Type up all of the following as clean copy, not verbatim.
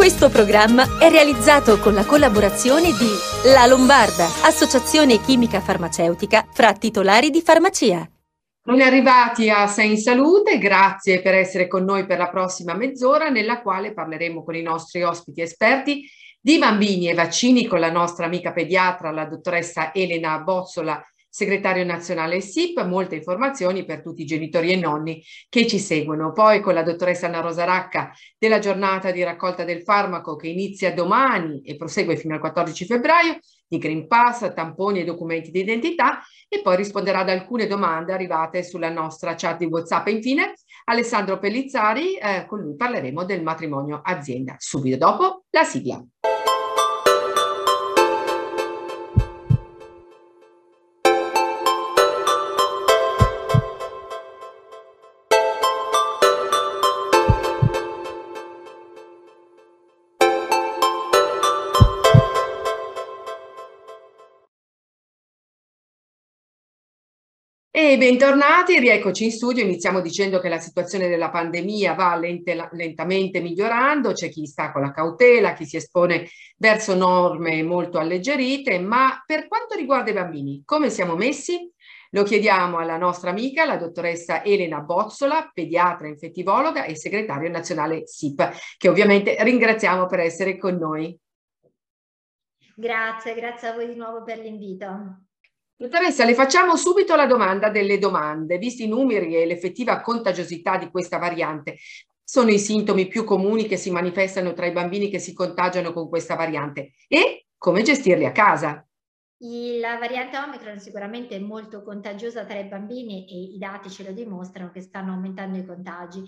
Questo programma è realizzato con la collaborazione di La Lombarda, associazione chimica farmaceutica fra titolari di farmacia. Ben arrivati a Sei in Salute, grazie per essere con noi per la prossima mezz'ora, nella quale parleremo con i nostri ospiti esperti di bambini e vaccini con la nostra amica pediatra, la dottoressa Elena Bozzola, segretario nazionale SIP. Molte informazioni per tutti i genitori e nonni che ci seguono. Poi con la dottoressa Anna Rosa Racca della giornata di raccolta del farmaco che inizia domani e prosegue fino al 14 febbraio, di Green Pass, tamponi e documenti di identità, e poi risponderà ad alcune domande arrivate sulla nostra chat di WhatsApp. E infine Alessandro Pellizzari, con lui parleremo del matrimonio azienda. Subito dopo la sigla. E bentornati, rieccoci in studio. Iniziamo dicendo che la situazione della pandemia va lentamente migliorando, c'è chi sta con la cautela, chi si espone verso norme molto alleggerite, ma per quanto riguarda i bambini, come siamo messi? Lo chiediamo alla nostra amica, la dottoressa Elena Bozzola, pediatra infettivologa e segretario nazionale SIP, che ovviamente ringraziamo per essere con noi. Grazie a voi di nuovo per l'invito. Dottoressa, le facciamo subito la domanda delle domande. Visti i numeri e l'effettiva contagiosità di questa variante, sono i sintomi più comuni che si manifestano tra i bambini che si contagiano con questa variante e come gestirli a casa? La variante Omicron sicuramente è molto contagiosa tra i bambini e i dati ce lo dimostrano che stanno aumentando i contagi.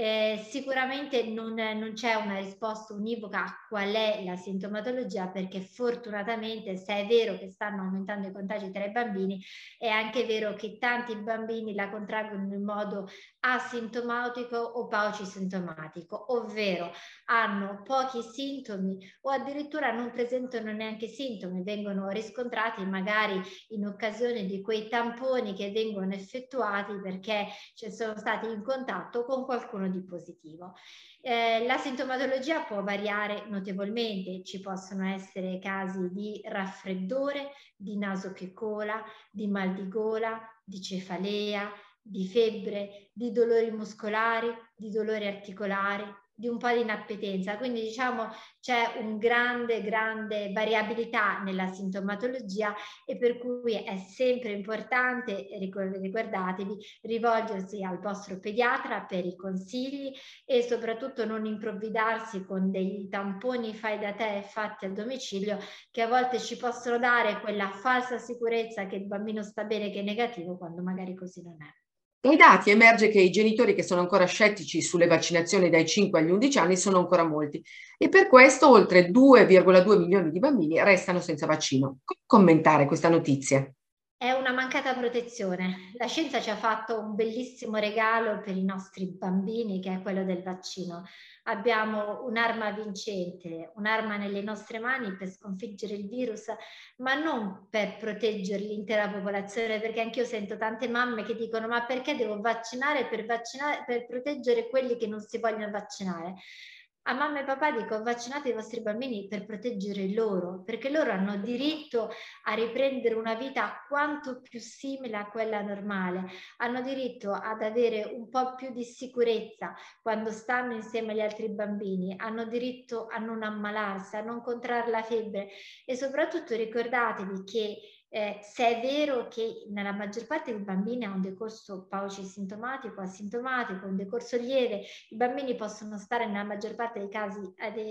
Sicuramente non c'è una risposta univoca a qual è la sintomatologia, perché fortunatamente, se è vero che stanno aumentando i contagi tra i bambini, è anche vero che tanti bambini la contraggono in modo asintomatico o paucisintomatico, ovvero hanno pochi sintomi o addirittura non presentano neanche sintomi, vengono riscontrati magari in occasione di quei tamponi che vengono effettuati perché ci sono stati in contatto con qualcuno di positivo. La sintomatologia può variare notevolmente, ci possono essere casi di raffreddore, di naso che cola, di mal di gola, di cefalea, di febbre, di dolori muscolari, di dolori articolari, di un po' di inappetenza. Quindi diciamo c'è un grande variabilità nella sintomatologia, e per cui è sempre importante, ricordatevi, rivolgersi al vostro pediatra per i consigli e soprattutto non improvvidarsi con dei tamponi fai da te fatti a domicilio, che a volte ci possono dare quella falsa sicurezza che il bambino sta bene, che è negativo, quando magari così non è. Dai dati emerge che i genitori che sono ancora scettici sulle vaccinazioni dai 5 agli 11 anni sono ancora molti e per questo oltre 2,2 milioni di bambini restano senza vaccino. Come commentare questa notizia? È una mancata protezione. La scienza ci ha fatto un bellissimo regalo per i nostri bambini, che è quello del vaccino. Abbiamo un'arma vincente, un'arma nelle nostre mani per sconfiggere il virus, ma non per proteggere l'intera popolazione, perché anch'io sento tante mamme che dicono: ma perché devo vaccinare per proteggere quelli che non si vogliono vaccinare? A mamma e papà dico: vaccinate i vostri bambini per proteggere loro, perché loro hanno diritto a riprendere una vita quanto più simile a quella normale, hanno diritto ad avere un po' più di sicurezza quando stanno insieme agli altri bambini, hanno diritto a non ammalarsi, a non contrarre la febbre. E soprattutto ricordatevi che se è vero che nella maggior parte dei bambini ha un decorso paucisintomatico, asintomatico, un decorso lieve, i bambini possono stare nella maggior parte dei casi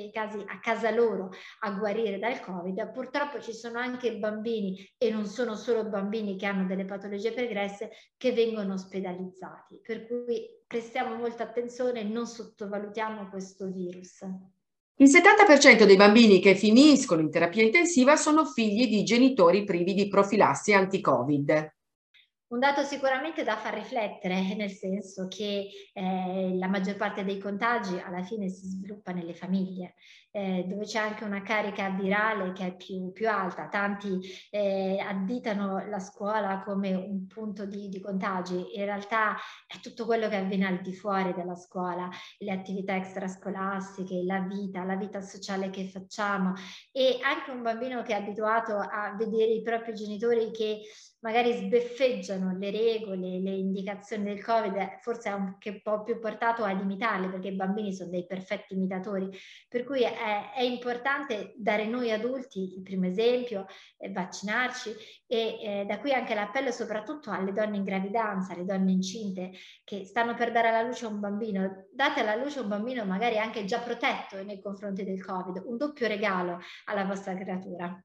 a casa loro a guarire dal Covid. Purtroppo ci sono anche bambini, e non sono solo bambini che hanno delle patologie pregresse, che vengono ospedalizzati, per cui prestiamo molta attenzione e non sottovalutiamo questo virus. Il 70% dei bambini che finiscono in terapia intensiva sono figli di genitori privi di profilassi anti-Covid. Un dato sicuramente da far riflettere, nel senso che la maggior parte dei contagi alla fine si sviluppa nelle famiglie, dove c'è anche una carica virale che è più alta. Tanti additano la scuola come un punto di contagi, in realtà è tutto quello che avviene al di fuori della scuola, le attività extrascolastiche, la vita sociale che facciamo, e anche un bambino che è abituato a vedere i propri genitori che magari sbeffeggiano le regole, le indicazioni del Covid, forse è anche un po' più portato ad imitarle, perché i bambini sono dei perfetti imitatori, per cui è importante dare noi adulti il primo esempio, vaccinarci, e da qui anche l'appello soprattutto alle donne in gravidanza, alle donne incinte che stanno per dare alla luce un bambino. Date alla luce un bambino magari anche già protetto nei confronti del Covid, un doppio regalo alla vostra creatura.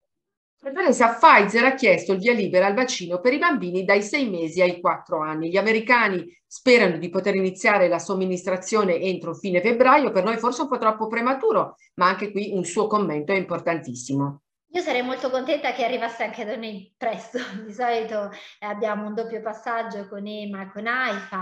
La dottoressa, Pfizer ha chiesto il via libera al vaccino per i bambini dai 6 mesi ai 4 anni. Gli americani sperano di poter iniziare la somministrazione entro fine febbraio, per noi forse un po' troppo prematuro, ma anche qui un suo commento è importantissimo. Io sarei molto contenta che arrivasse anche da noi presto. Di solito abbiamo un doppio passaggio con EMA e con AIFA,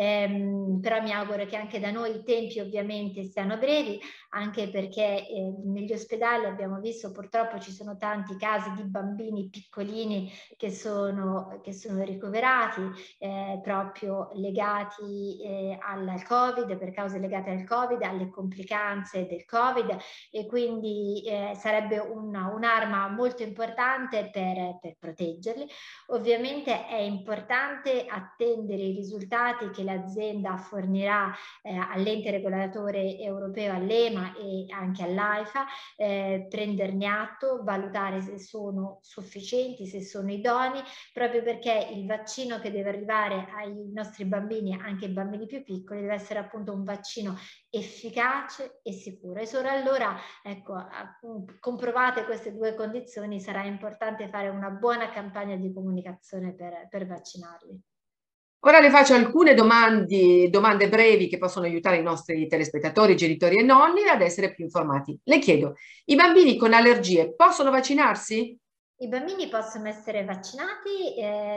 però mi auguro che anche da noi i tempi ovviamente siano brevi, anche perché negli ospedali abbiamo visto purtroppo ci sono tanti casi di bambini piccolini che sono ricoverati proprio legati al Covid, per cause legate al Covid, alle complicanze del Covid, e quindi sarebbe un'arma molto importante per proteggerli. Ovviamente è importante attendere i risultati che l'azienda fornirà all'ente regolatore europeo, all'EMA e anche all'AIFA, prenderne atto, valutare se sono sufficienti, se sono idonei, proprio perché il vaccino che deve arrivare ai nostri bambini, anche ai bambini più piccoli, deve essere appunto un vaccino efficace e sicuro. E solo allora, ecco, comprovate queste due condizioni, sarà importante fare una buona campagna di comunicazione per vaccinarli. Ora le faccio alcune domande brevi che possono aiutare i nostri telespettatori, genitori e nonni ad essere più informati. Le chiedo, i bambini con allergie possono vaccinarsi? I bambini possono essere vaccinati,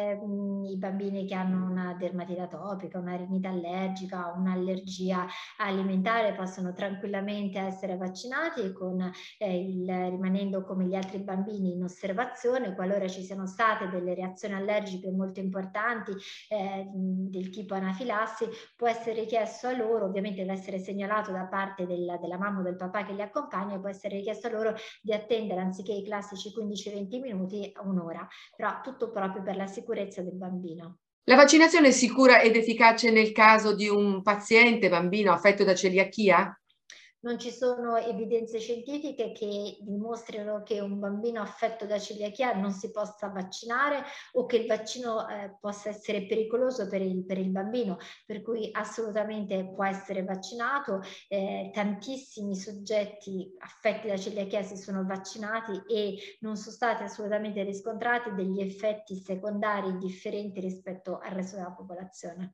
i bambini che hanno una dermatite atopica, una rinite allergica, un'allergia alimentare possono tranquillamente essere vaccinati rimanendo come gli altri bambini in osservazione. Qualora ci siano state delle reazioni allergiche molto importanti del tipo anafilassi, può essere richiesto a loro, ovviamente deve essere segnalato da parte della mamma o del papà che li accompagna, può essere richiesto a loro di attendere anziché i classici 15-20 minuti a un'ora, però tutto proprio per la sicurezza del bambino. La vaccinazione è sicura ed efficace nel caso di un paziente bambino affetto da celiachia? Non ci sono evidenze scientifiche che dimostrino che un bambino affetto da celiachia non si possa vaccinare o che il vaccino possa essere pericoloso per il bambino, per cui assolutamente può essere vaccinato. Tantissimi soggetti affetti da celiachia si sono vaccinati e non sono stati assolutamente riscontrati degli effetti secondari differenti rispetto al resto della popolazione.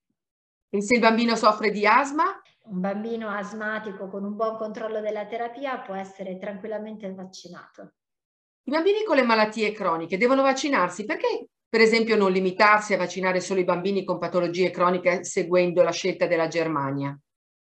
E se il bambino soffre di asma? Un bambino asmatico con un buon controllo della terapia può essere tranquillamente vaccinato. I bambini con le malattie croniche devono vaccinarsi? Perché, per esempio, non limitarsi a vaccinare solo i bambini con patologie croniche seguendo la scelta della Germania?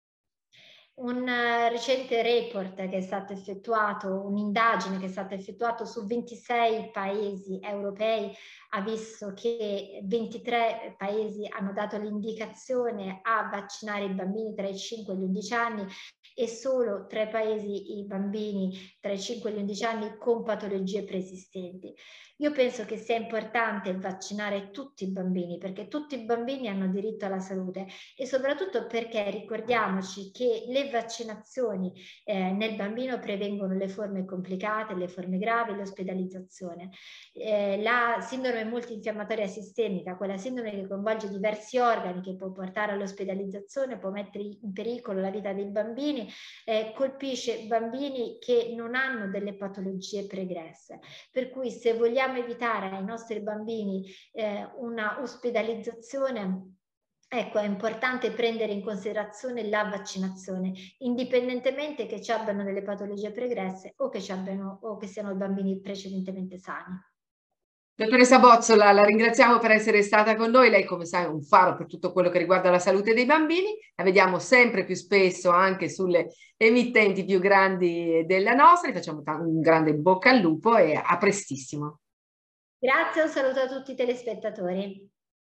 Un recente report che è stato effettuato, un'indagine che è stata effettuata su 26 paesi europei, ha visto che 23 paesi hanno dato l'indicazione a vaccinare i bambini tra i 5 e gli 11 anni e solo 3 paesi i bambini tra i 5 e gli 11 anni con patologie preesistenti. Io penso che sia importante vaccinare tutti i bambini, perché tutti i bambini hanno diritto alla salute e soprattutto perché ricordiamoci che le vaccinazioni nel bambino prevengono le forme complicate, le forme gravi, l'ospedalizzazione. La sindrome multinfiammatoria sistemica, quella sindrome che coinvolge diversi organi, che può portare all'ospedalizzazione, può mettere in pericolo la vita dei bambini, colpisce bambini che non hanno delle patologie pregresse. Per cui se vogliamo evitare ai nostri bambini una ospedalizzazione, ecco, è importante prendere in considerazione la vaccinazione, indipendentemente che ci abbiano delle patologie pregresse o che siano bambini precedentemente sani. Dottoressa Bozzola, la ringraziamo per essere stata con noi. Lei, come sai, è un faro per tutto quello che riguarda la salute dei bambini. La vediamo sempre più spesso anche sulle emittenti più grandi della nostra. Vi facciamo un grande bocca al lupo e a prestissimo. Grazie, un saluto a tutti i telespettatori.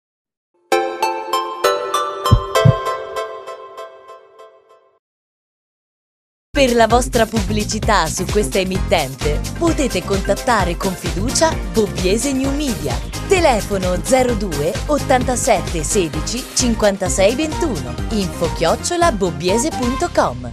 Per la vostra pubblicità su questa emittente potete contattare con fiducia Bobbiese New Media. Telefono 02 87 16 56 21. info@bobbiese.com.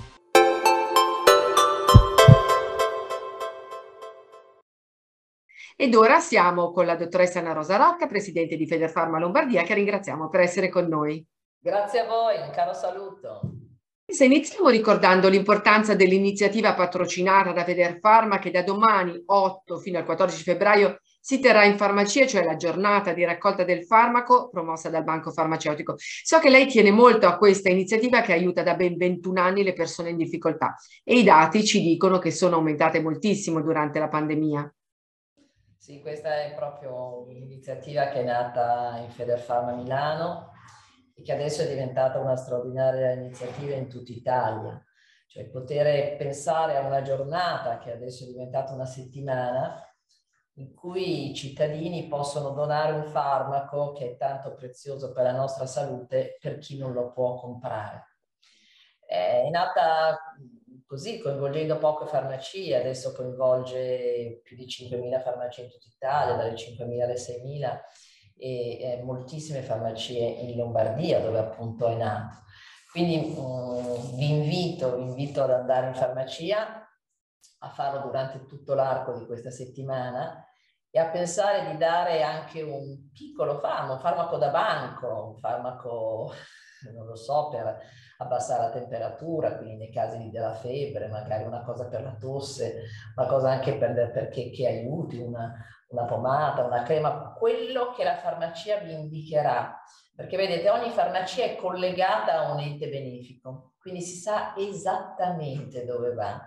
Ed ora siamo con la dottoressa Anna Rosa Rocca, presidente di Federfarma Lombardia, che ringraziamo per essere con noi. Grazie a voi, un caro saluto. Se iniziamo ricordando l'importanza dell'iniziativa patrocinata da Federfarma, che da domani 8 fino al 14 febbraio si terrà in farmacia, cioè la giornata di raccolta del farmaco promossa dal Banco Farmaceutico. So che lei tiene molto a questa iniziativa che aiuta da ben 21 anni le persone in difficoltà e i dati ci dicono che sono aumentate moltissimo durante la pandemia. Sì, questa è proprio un'iniziativa che è nata in Federfarma Milano e che adesso è diventata una straordinaria iniziativa in tutta Italia. Cioè poter pensare a una giornata che adesso è diventata una settimana in cui i cittadini possono donare un farmaco che è tanto prezioso per la nostra salute per chi non lo può comprare. È nata così, coinvolgendo poche farmacie, adesso coinvolge più di 5.000 farmacie in tutta Italia, dalle 5.000 alle 6.000 e moltissime farmacie in Lombardia dove appunto è nato. Quindi vi invito ad andare in farmacia, a farlo durante tutto l'arco di questa settimana e a pensare di dare anche un piccolo farmaco, un farmaco da banco, un farmaco, non lo so, per abbassare la temperatura, quindi nei casi della febbre, magari una cosa per la tosse, una cosa anche perché che aiuti, una pomata, una crema, quello che la farmacia vi indicherà. Perché vedete, ogni farmacia è collegata a un ente benefico, quindi si sa esattamente dove va.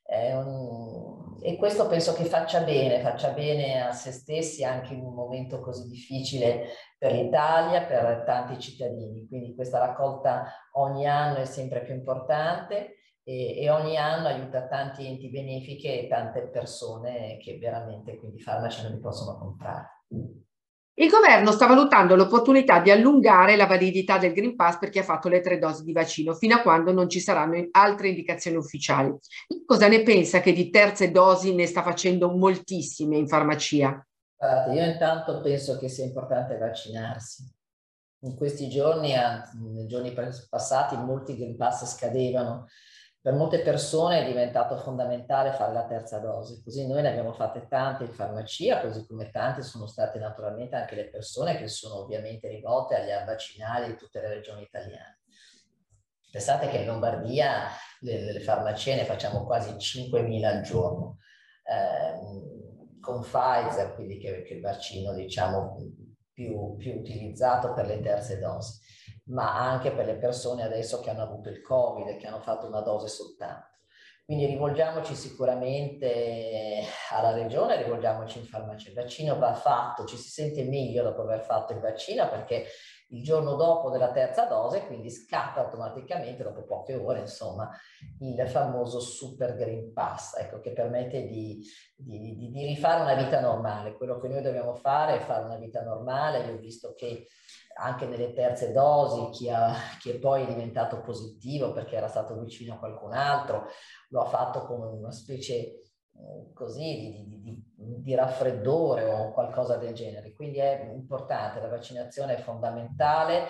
E questo penso che faccia bene a se stessi anche in un momento così difficile per l'Italia, per tanti cittadini. Quindi questa raccolta ogni anno è sempre più importante e ogni anno aiuta tanti enti benefici e tante persone che veramente quindi farmaci non li possono comprare. Il governo sta valutando l'opportunità di allungare la validità del Green Pass per chi ha fatto le 3 dosi di vaccino, fino a quando non ci saranno altre indicazioni ufficiali. Cosa ne pensa, che di terze dosi ne sta facendo moltissime in farmacia? Io intanto penso che sia importante vaccinarsi. In questi giorni, nei giorni passati, molti Green Pass scadevano. Per molte persone è diventato fondamentale fare la terza dose, così noi ne abbiamo fatte tante in farmacia, così come tante sono state naturalmente anche le persone che sono ovviamente rivolte agli vaccinali di tutte le regioni italiane. Pensate che in Lombardia le farmacie ne facciamo quasi 5.000 al giorno, con Pfizer, quindi che è il vaccino diciamo più utilizzato per le terze dosi, ma anche per le persone adesso che hanno avuto il Covid e che hanno fatto una dose soltanto. Quindi rivolgiamoci sicuramente alla regione, rivolgiamoci in farmacia. Il vaccino va fatto, ci si sente meglio dopo aver fatto il vaccino perché il giorno dopo della terza dose, quindi scatta automaticamente dopo poche ore, insomma, il famoso Super Green Pass, ecco, che permette di rifare una vita normale. Quello che noi dobbiamo fare è fare una vita normale. Io ho visto che anche nelle terze dosi chi è poi diventato positivo perché era stato vicino a qualcun altro, lo ha fatto come una specie così di raffreddore o qualcosa del genere. Quindi è importante, la vaccinazione è fondamentale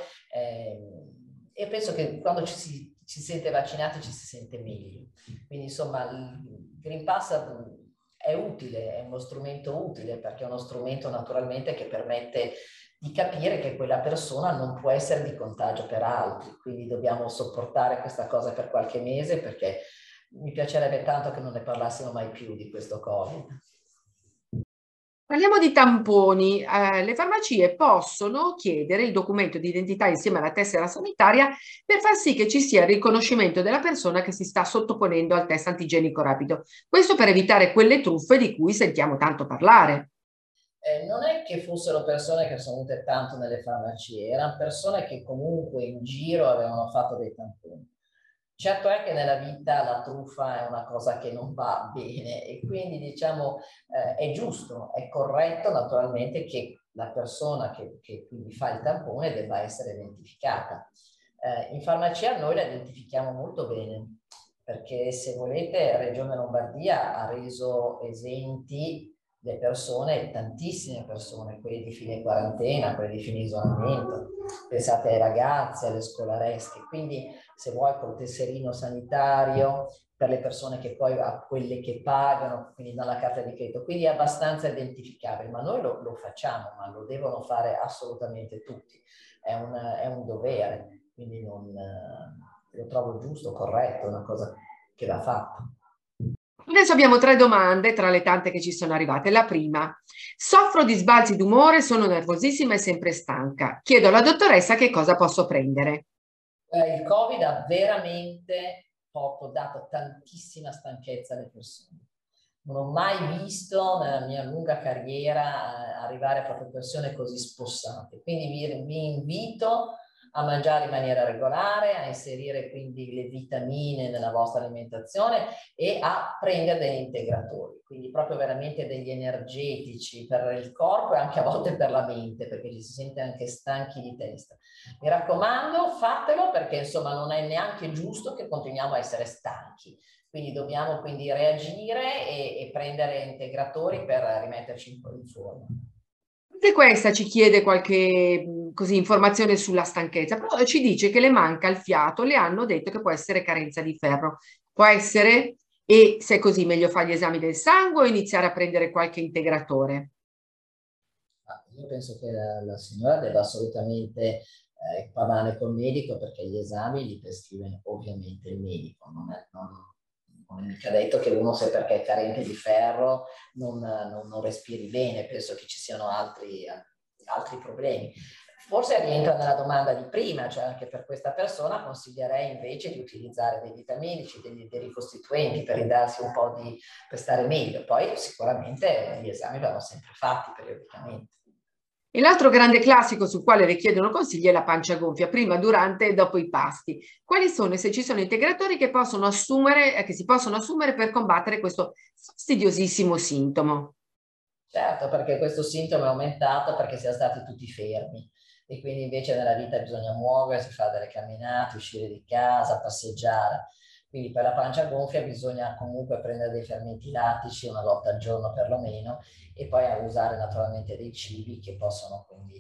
e penso che quando ci si sente vaccinati ci si sente meglio. Quindi insomma il Green Pass è utile, è uno strumento utile perché è uno strumento naturalmente che permette di capire che quella persona non può essere di contagio per altri, quindi dobbiamo sopportare questa cosa per qualche mese perché mi piacerebbe tanto che non ne parlassimo mai più di questo Covid. Parliamo di tamponi. Le farmacie possono chiedere il documento di identità insieme alla tessera sanitaria per far sì che ci sia il riconoscimento della persona che si sta sottoponendo al test antigenico rapido. Questo per evitare quelle truffe di cui sentiamo tanto parlare. Non è che fossero persone che sono venute tanto nelle farmacie, erano persone che comunque in giro avevano fatto dei tamponi. Certo è che nella vita la truffa è una cosa che non va bene e quindi diciamo è giusto, è corretto naturalmente che la persona che quindi fa il tampone debba essere identificata. In farmacia noi la identifichiamo molto bene perché se volete Regione Lombardia ha reso esenti le persone, tantissime persone, quelli di fine quarantena, quelli di fine isolamento, pensate ai ragazzi, alle scolaresche, quindi se vuoi col tesserino sanitario, per le persone che poi a quelle che pagano, quindi dalla carta di credito, quindi è abbastanza identificabile, ma noi lo facciamo, ma lo devono fare assolutamente tutti, è un dovere, quindi lo trovo giusto, corretto, è una cosa che va fatta. Adesso abbiamo 3 domande tra le tante che ci sono arrivate. La prima: soffro di sbalzi d'umore, sono nervosissima e sempre stanca. Chiedo alla dottoressa che cosa posso prendere. Il Covid ha veramente dato tantissima stanchezza alle persone. Non ho mai visto nella mia lunga carriera arrivare proprio persone così spossate. Quindi vi invito a mangiare in maniera regolare, a inserire quindi le vitamine nella vostra alimentazione e a prendere degli integratori, quindi proprio veramente degli energetici per il corpo e anche a volte per la mente, perché ci si sente anche stanchi di testa. Mi raccomando, fatelo perché insomma non è neanche giusto che continuiamo a essere stanchi. Quindi dobbiamo quindi reagire e prendere integratori per rimetterci un po' in forma. Anche questa ci chiede qualche informazione sulla stanchezza, però ci dice che le manca il fiato, le hanno detto che può essere carenza di ferro. Può essere? E se è così, meglio fare gli esami del sangue o iniziare a prendere qualche integratore? Io penso che la signora debba assolutamente parlare col medico perché gli esami li prescrive ovviamente il medico, non è mica detto che uno se perché è carente di ferro non respiri bene, penso che ci siano altri problemi. Forse rientra nella domanda di prima, cioè anche per questa persona consiglierei invece di utilizzare dei vitaminici, dei ricostituenti per ridarsi un po' per stare meglio. Poi sicuramente gli esami vanno sempre fatti periodicamente. E l'altro grande classico sul quale le chiedono consigli è la pancia gonfia, prima, durante e dopo i pasti. Quali sono e se ci sono integratori che si possono assumere per combattere questo fastidiosissimo sintomo? Certo, perché questo sintomo è aumentato perché siamo stati tutti fermi e quindi invece nella vita bisogna muoversi, fare delle camminate, uscire di casa, passeggiare. Quindi per la pancia gonfia bisogna comunque prendere dei fermenti lattici una volta al giorno perlomeno e poi usare naturalmente dei cibi che possono quindi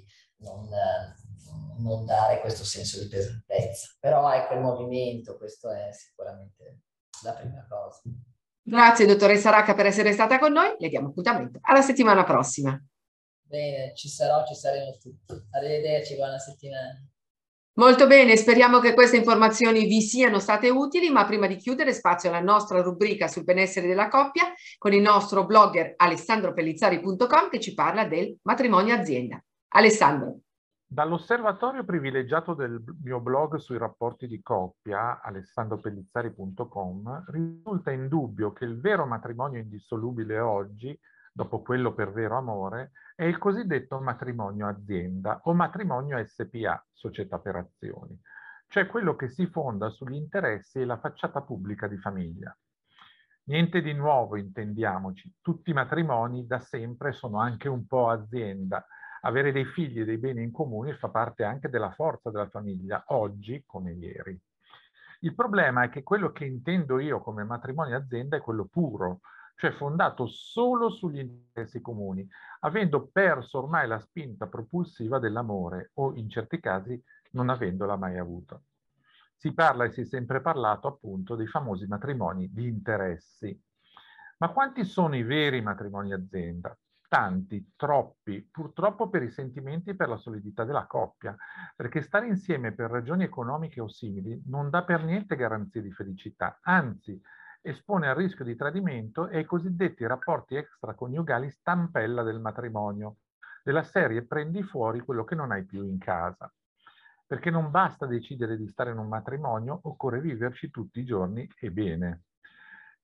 non dare questo senso di pesantezza. Però ecco il movimento, questo è sicuramente la prima cosa. Grazie dottoressa Racca per essere stata con noi, le diamo appuntamento alla settimana prossima. Bene, ci saremo tutti. Arrivederci, buona settimana. Molto bene, speriamo che queste informazioni vi siano state utili, ma prima di chiudere spazio alla nostra rubrica sul benessere della coppia con il nostro blogger alessandropellizzari.com che ci parla del matrimonio azienda. Alessandro. Dall'osservatorio privilegiato del mio blog sui rapporti di coppia, alessandropellizzari.com, risulta indubbio che il vero matrimonio indissolubile oggi, dopo quello per vero amore, è il cosiddetto matrimonio azienda o matrimonio SPA, società per azioni, cioè quello che si fonda sugli interessi e la facciata pubblica di famiglia. Niente di nuovo, intendiamoci, tutti i matrimoni da sempre sono anche un po' azienda. Avere dei figli e dei beni in comune fa parte anche della forza della famiglia, oggi come ieri. Il problema è che quello che intendo io come matrimonio azienda è quello puro, cioè fondato solo sugli interessi comuni, avendo perso ormai la spinta propulsiva dell'amore o, in certi casi, non avendola mai avuto. Si parla e si è sempre parlato appunto dei famosi matrimoni di interessi. Ma quanti sono i veri matrimoni azienda? Tanti, troppi, purtroppo per i sentimenti e per la solidità della coppia, perché stare insieme per ragioni economiche o simili non dà per niente garanzie di felicità, anzi espone al rischio di tradimento e ai cosiddetti rapporti extraconiugali stampella del matrimonio, della serie prendi fuori quello che non hai più in casa. Perché non basta decidere di stare in un matrimonio, occorre viverci tutti i giorni e bene.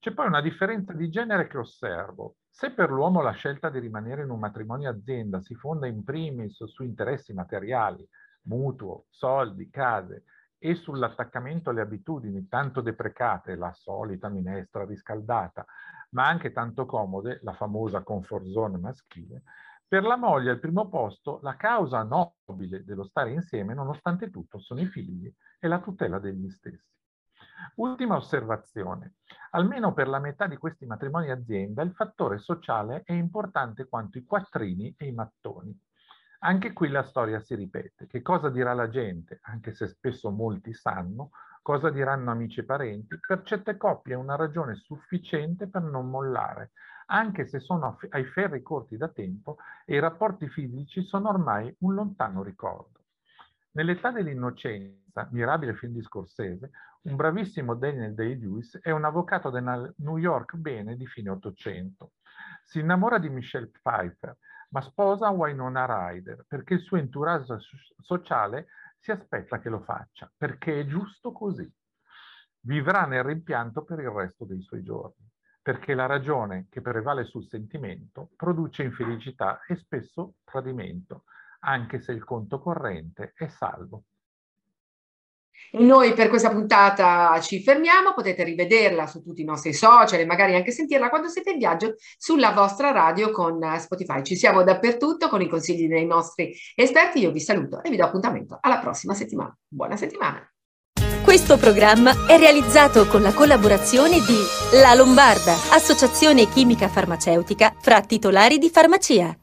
C'è poi una differenza di genere che osservo. Se per l'uomo la scelta di rimanere in un matrimonio azienda si fonda in primis su interessi materiali, mutuo, soldi, case, e sull'attaccamento alle abitudini tanto deprecate, la solita minestra riscaldata, ma anche tanto comode, la famosa comfort zone maschile, per la moglie al primo posto la causa nobile dello stare insieme, nonostante tutto, sono i figli e la tutela degli stessi. Ultima osservazione. Almeno per la metà di questi matrimoni azienda il fattore sociale è importante quanto i quattrini e i mattoni. Anche qui la storia si ripete. Che cosa dirà la gente, anche se spesso molti sanno, cosa diranno amici e parenti, per certe coppie è una ragione sufficiente per non mollare, anche se sono ai ferri corti da tempo e i rapporti fisici sono ormai un lontano ricordo. Nell'età dell'innocenza, mirabile film di Scorsese, un bravissimo Daniel Day-Lewis è un avvocato della New York bene di fine Ottocento. Si innamora di Michelle Pfeiffer, ma sposa Winona Ryder perché il suo entourage sociale si aspetta che lo faccia, perché è giusto così. Vivrà nel rimpianto per il resto dei suoi giorni, perché la ragione che prevale sul sentimento produce infelicità e spesso tradimento, anche se il conto corrente è salvo. Noi per questa puntata ci fermiamo, potete rivederla su tutti i nostri social e magari anche sentirla quando siete in viaggio sulla vostra radio con Spotify. Ci siamo dappertutto con i consigli dei nostri esperti. Io vi saluto e vi do appuntamento alla prossima settimana. Buona settimana! Questo programma è realizzato con la collaborazione di La Lombarda, associazione chimica farmaceutica fra titolari di farmacia.